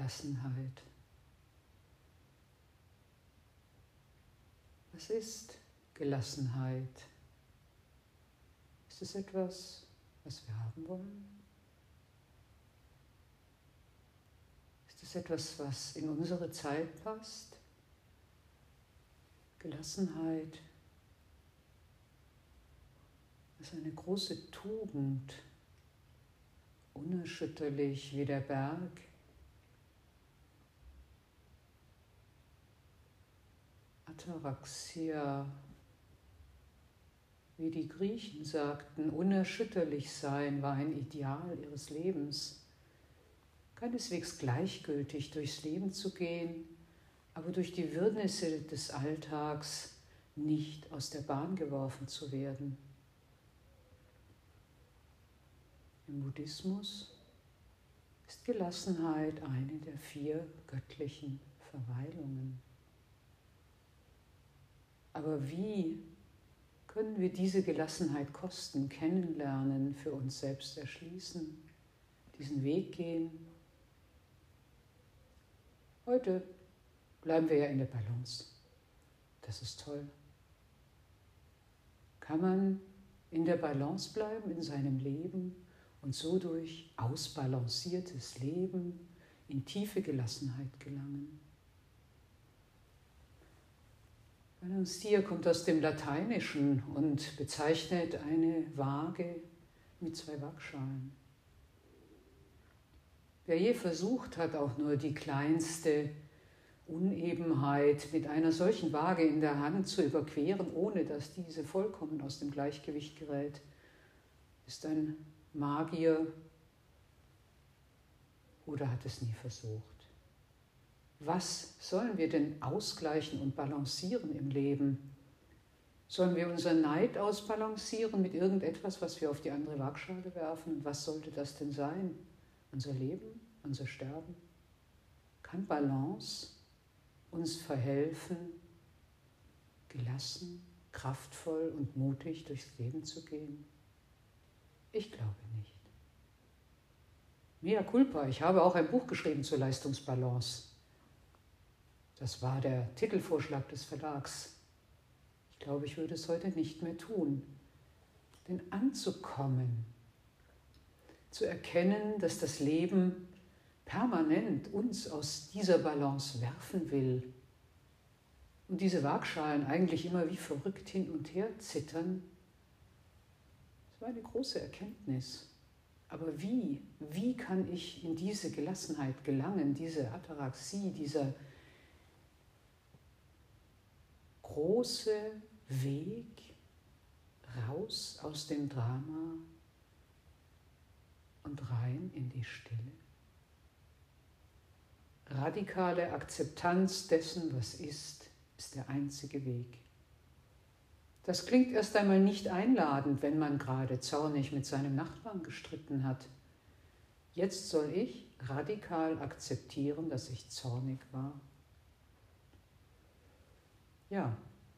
Gelassenheit. Was ist Gelassenheit? Ist es etwas, was wir haben wollen? Ist es etwas, was in unsere Zeit passt? Gelassenheit ist eine große Tugend, unerschütterlich wie der Berg. Ataraxia, wie die Griechen sagten, unerschütterlich sein war ein Ideal ihres Lebens. Keineswegs gleichgültig durchs Leben zu gehen, aber durch die Wirrnisse des Alltags nicht aus der Bahn geworfen zu werden. Im Buddhismus ist Gelassenheit eine der 4 göttlichen Verweilungen. Aber wie können wir diese Gelassenheit kosten, kennenlernen, für uns selbst erschließen, diesen Weg gehen? Heute bleiben wir ja in der Balance. Das ist toll. Kann man in der Balance bleiben in seinem Leben und so durch ausbalanciertes Leben in tiefe Gelassenheit gelangen? Balancier kommt aus dem Lateinischen und bezeichnet eine Waage mit 2 Waagschalen. Wer je versucht hat, auch nur die kleinste Unebenheit mit einer solchen Waage in der Hand zu überqueren, ohne dass diese vollkommen aus dem Gleichgewicht gerät, ist ein Magier oder hat es nie versucht. Was sollen wir denn ausgleichen und balancieren im Leben? Sollen wir unseren Neid ausbalancieren mit irgendetwas, was wir auf die andere Waagschale werfen? Was sollte das denn sein? Unser Leben? Unser Sterben? Kann Balance uns verhelfen, gelassen, kraftvoll und mutig durchs Leben zu gehen? Ich glaube nicht. Mea culpa, ich habe auch ein Buch geschrieben zur Leistungsbalance. Das war der Titelvorschlag des Verlags. Ich glaube, ich würde es heute nicht mehr tun. Denn anzukommen, zu erkennen, dass das Leben permanent uns aus dieser Balance werfen will und diese Waagschalen eigentlich immer wie verrückt hin und her zittern, das war eine große Erkenntnis. Aber wie kann ich in diese Gelassenheit gelangen, diese Ataraxie, dieser große Weg raus aus dem Drama und rein in die Stille? Radikale Akzeptanz dessen, was ist der einzige Weg. Das klingt erst einmal nicht einladend, wenn man gerade zornig mit seinem Nachbarn gestritten hat. Jetzt soll ich radikal akzeptieren, dass ich zornig war. Ja,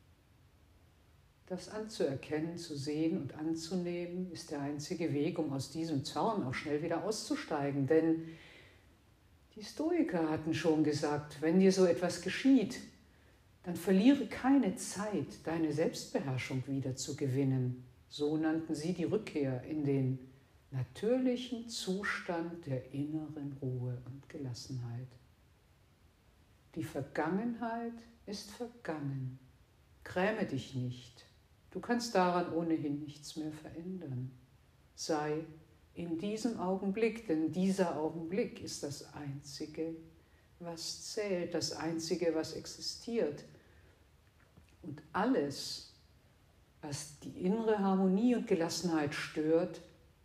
das anzuerkennen, zu sehen und anzunehmen, ist der einzige Weg, um aus diesem Zorn auch schnell wieder auszusteigen. Denn die Stoiker hatten schon gesagt, wenn dir so etwas geschieht, dann verliere keine Zeit, deine Selbstbeherrschung wieder zu gewinnen. So nannten sie die Rückkehr in den natürlichen Zustand der inneren Ruhe und Gelassenheit. Die Vergangenheit ist vergangen. Gräme dich nicht. Du kannst daran ohnehin nichts mehr verändern. Sei in diesem Augenblick, denn dieser Augenblick ist das Einzige, was zählt, das Einzige, was existiert. Und alles, was die innere Harmonie und Gelassenheit stört,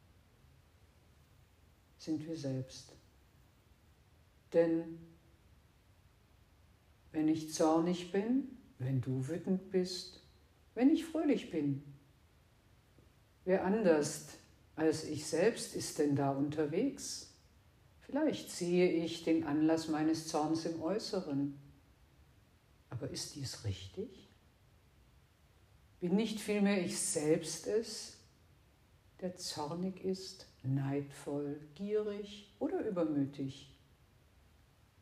sind wir selbst. Denn wenn ich zornig bin, wenn du wütend bist, wenn ich fröhlich bin, wer anders als ich selbst ist denn da unterwegs? Vielleicht sehe ich den Anlass meines Zorns im Äußeren. Aber ist dies richtig? Bin nicht vielmehr ich selbst es, der zornig ist, neidvoll, gierig oder übermütig?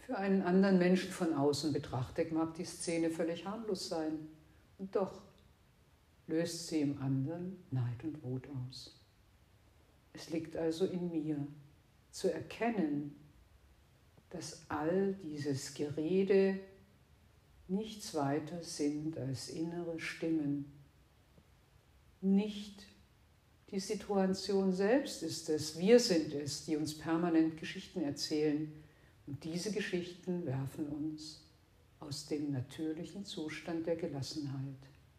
Für einen anderen Menschen von außen betrachtet mag die Szene völlig harmlos sein. Und doch löst sie im anderen Neid und Wut aus. Es liegt also in mir, zu erkennen, dass all dieses Gerede nichts weiter sind als innere Stimmen. Nicht die Situation selbst ist es, wir sind es, die uns permanent Geschichten erzählen. Und diese Geschichten werfen uns aus dem natürlichen Zustand der Gelassenheit,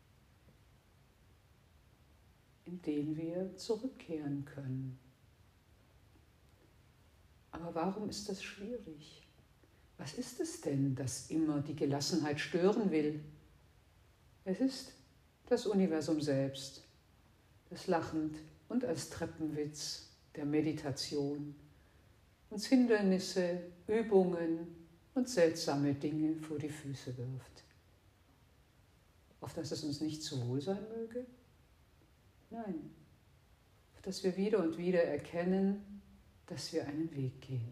in den wir zurückkehren können. Aber warum ist das schwierig? Was ist es denn, das immer die Gelassenheit stören will? Es ist das Universum selbst, das lachend und als Treppenwitz der Meditation uns Hindernisse, Übungen und seltsame Dinge vor die Füße wirft. Auf dass es uns nicht zu wohl sein möge? Nein, auf dass wir wieder und wieder erkennen, dass wir einen Weg gehen.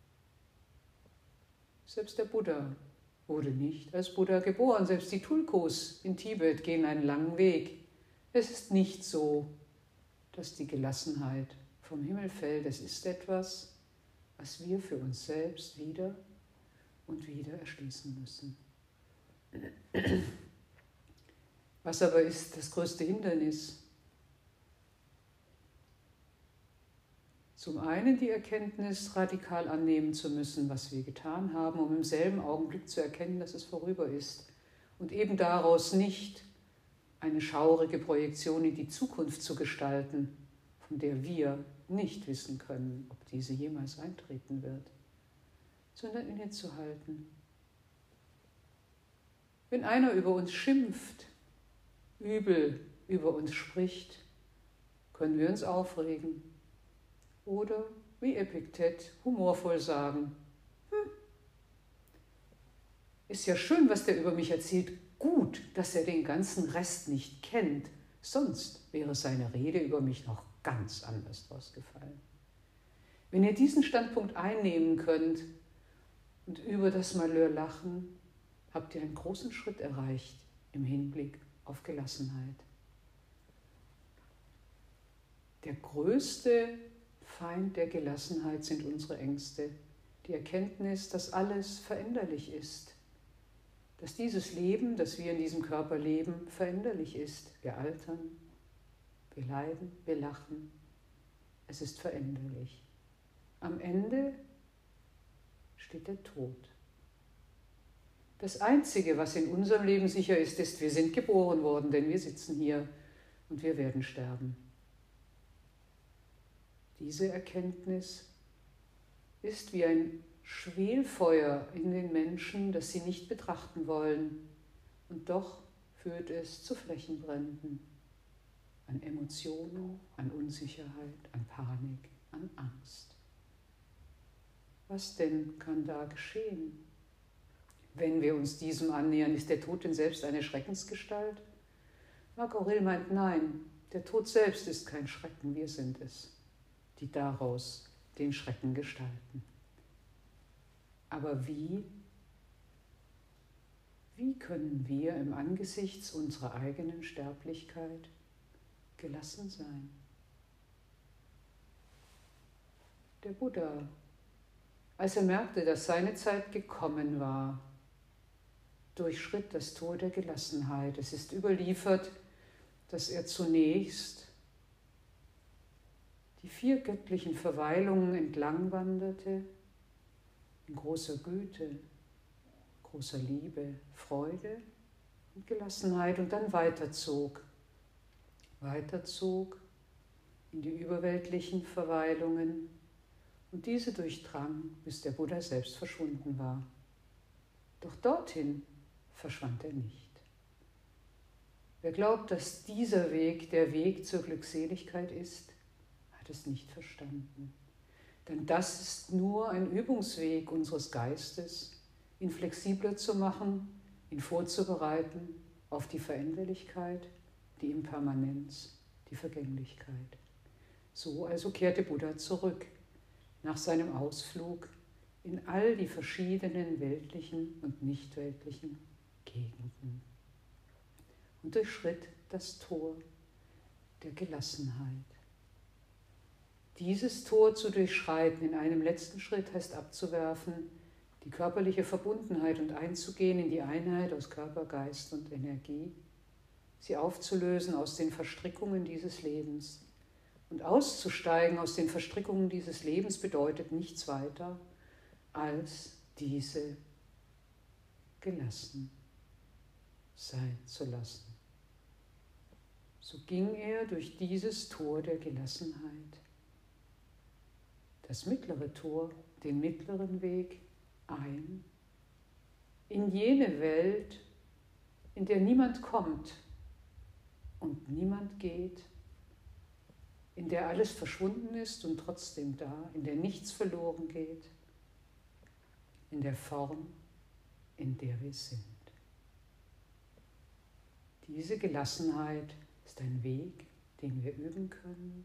Selbst der Buddha wurde nicht als Buddha geboren. Selbst die Tulkus in Tibet gehen einen langen Weg. Es ist nicht so, dass die Gelassenheit vom Himmel fällt. Es ist etwas, was wir für uns selbst wieder und wieder erschließen müssen. Was aber ist das größte Hindernis? Zum einen die Erkenntnis, radikal annehmen zu müssen, was wir getan haben, um im selben Augenblick zu erkennen, dass es vorüber ist. Und eben daraus nicht eine schaurige Projektion in die Zukunft zu gestalten, von der wir nicht wissen können, ob diese jemals eintreten wird, sondern innezuhalten. Wenn einer über uns schimpft, übel über uns spricht, können wir uns aufregen. Oder, wie Epiktet, humorvoll sagen, ist ja schön, was der über mich erzählt, gut, dass er den ganzen Rest nicht kennt, sonst wäre seine Rede über mich noch ganz anders ausgefallen. Wenn ihr diesen Standpunkt einnehmen könnt und über das Malheur lachen, habt ihr einen großen Schritt erreicht im Hinblick auf Gelassenheit. Der größte Feind der Gelassenheit sind unsere Ängste, die Erkenntnis, dass alles veränderlich ist, dass dieses Leben, das wir in diesem Körper leben, veränderlich ist. Wir altern, wir leiden, wir lachen, es ist veränderlich. Am Ende steht der Tod. Das Einzige, was in unserem Leben sicher ist, ist, wir sind geboren worden, denn wir sitzen hier und wir werden sterben. Diese Erkenntnis ist wie ein Schwelfeuer in den Menschen, das sie nicht betrachten wollen. Und doch führt es zu Flächenbränden, an Emotionen, an Unsicherheit, an Panik, an Angst. Was denn kann da geschehen? Wenn wir uns diesem annähern, ist der Tod denn selbst eine Schreckensgestalt? Marc Aurel meint, nein, der Tod selbst ist kein Schrecken, wir sind es, die daraus den Schrecken gestalten. Aber wie können wir im Angesichts unserer eigenen Sterblichkeit gelassen sein? Der Buddha, als er merkte, dass seine Zeit gekommen war, durchschritt das Tor der Gelassenheit. Es ist überliefert, dass er zunächst die 4 göttlichen Verweilungen entlang wanderte, in großer Güte, großer Liebe, Freude und Gelassenheit und dann weiterzog in die überweltlichen Verweilungen und diese durchdrang, bis der Buddha selbst verschwunden war. Doch dorthin verschwand er nicht. Wer glaubt, dass dieser Weg der Weg zur Glückseligkeit ist, hat es nicht verstanden. Denn das ist nur ein Übungsweg unseres Geistes, ihn flexibler zu machen, ihn vorzubereiten auf die Veränderlichkeit, die Impermanenz, die Vergänglichkeit. So also kehrte Buddha zurück nach seinem Ausflug in all die verschiedenen weltlichen und nicht weltlichen Gegenden und durchschritt das Tor der Gelassenheit. Dieses Tor zu durchschreiten in einem letzten Schritt heißt abzuwerfen, die körperliche Verbundenheit und einzugehen in die Einheit aus Körper, Geist und Energie, sie aufzulösen aus den Verstrickungen dieses Lebens. Und auszusteigen aus den Verstrickungen dieses Lebens bedeutet nichts weiter, als diese gelassen sein zu lassen. So ging er durch dieses Tor der Gelassenheit, das mittlere Tor, den mittleren Weg ein, in jene Welt, in der niemand kommt und niemand geht, in der alles verschwunden ist und trotzdem da, in der nichts verloren geht, in der Form, in der wir sind. Diese Gelassenheit ist ein Weg, den wir üben können,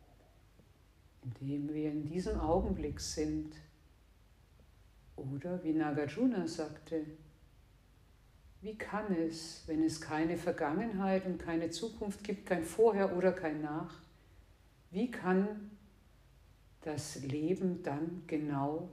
indem wir in diesem Augenblick sind. Oder wie Nagarjuna sagte, wie kann es, wenn es keine Vergangenheit und keine Zukunft gibt, kein Vorher oder kein Nach, wie kann das Leben dann genau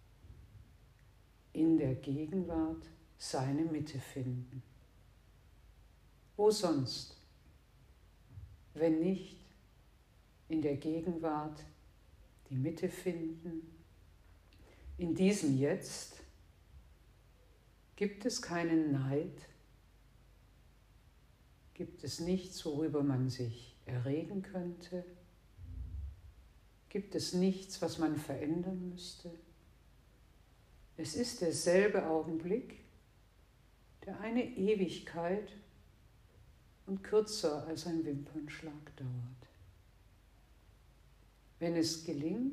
in der Gegenwart seine Mitte finden? Wo sonst, wenn nicht in der Gegenwart die Mitte finden? In diesem Jetzt gibt es keinen Neid, gibt es nichts, worüber man sich erregen könnte, gibt es nichts, was man verändern müsste. Es ist derselbe Augenblick, der eine Ewigkeit und kürzer als ein Wimpernschlag dauert. Wenn es gelingt,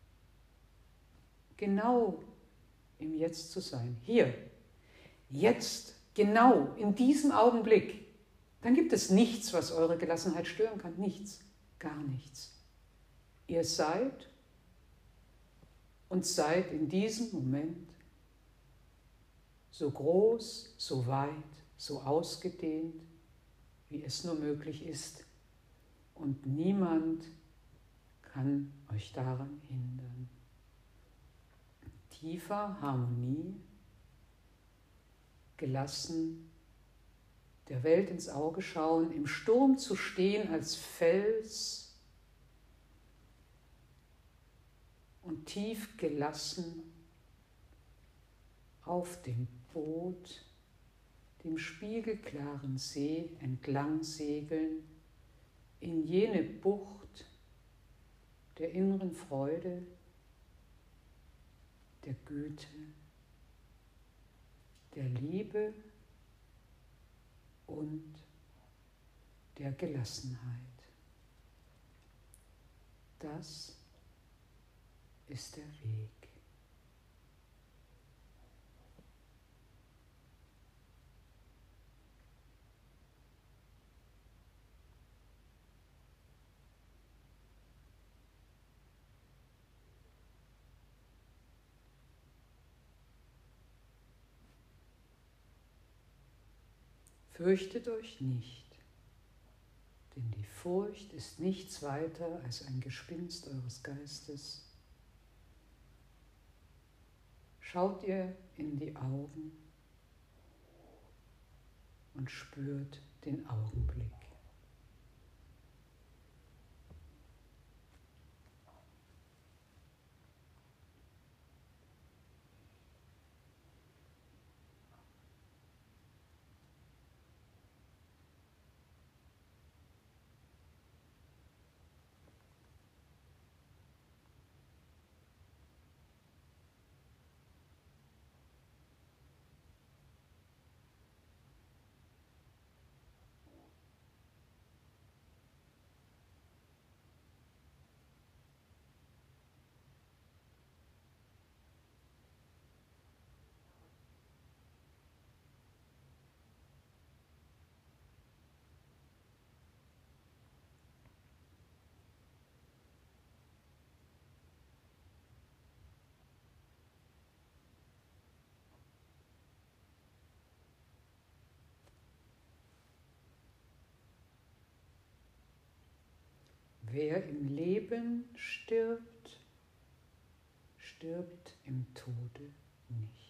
genau im Jetzt zu sein, hier, jetzt, genau in diesem Augenblick, dann gibt es nichts, was eure Gelassenheit stören kann. Nichts, gar nichts. Ihr seid und seid in diesem Moment so groß, so weit, so ausgedehnt, wie es nur möglich ist. Und niemand kann euch daran hindern. Tiefer Harmonie, gelassen, der Welt ins Auge schauen, im Sturm zu stehen als Fels und tief gelassen auf dem Boot, dem spiegelklaren See entlang segeln, in jene Bucht der inneren Freude, der Güte, der Liebe und der Gelassenheit. Das ist der Weg. Fürchtet euch nicht, denn die Furcht ist nichts weiter als ein Gespinst eures Geistes. Schaut ihr in die Augen und spürt den Augenblick. Wer im Leben stirbt, stirbt im Tode nicht.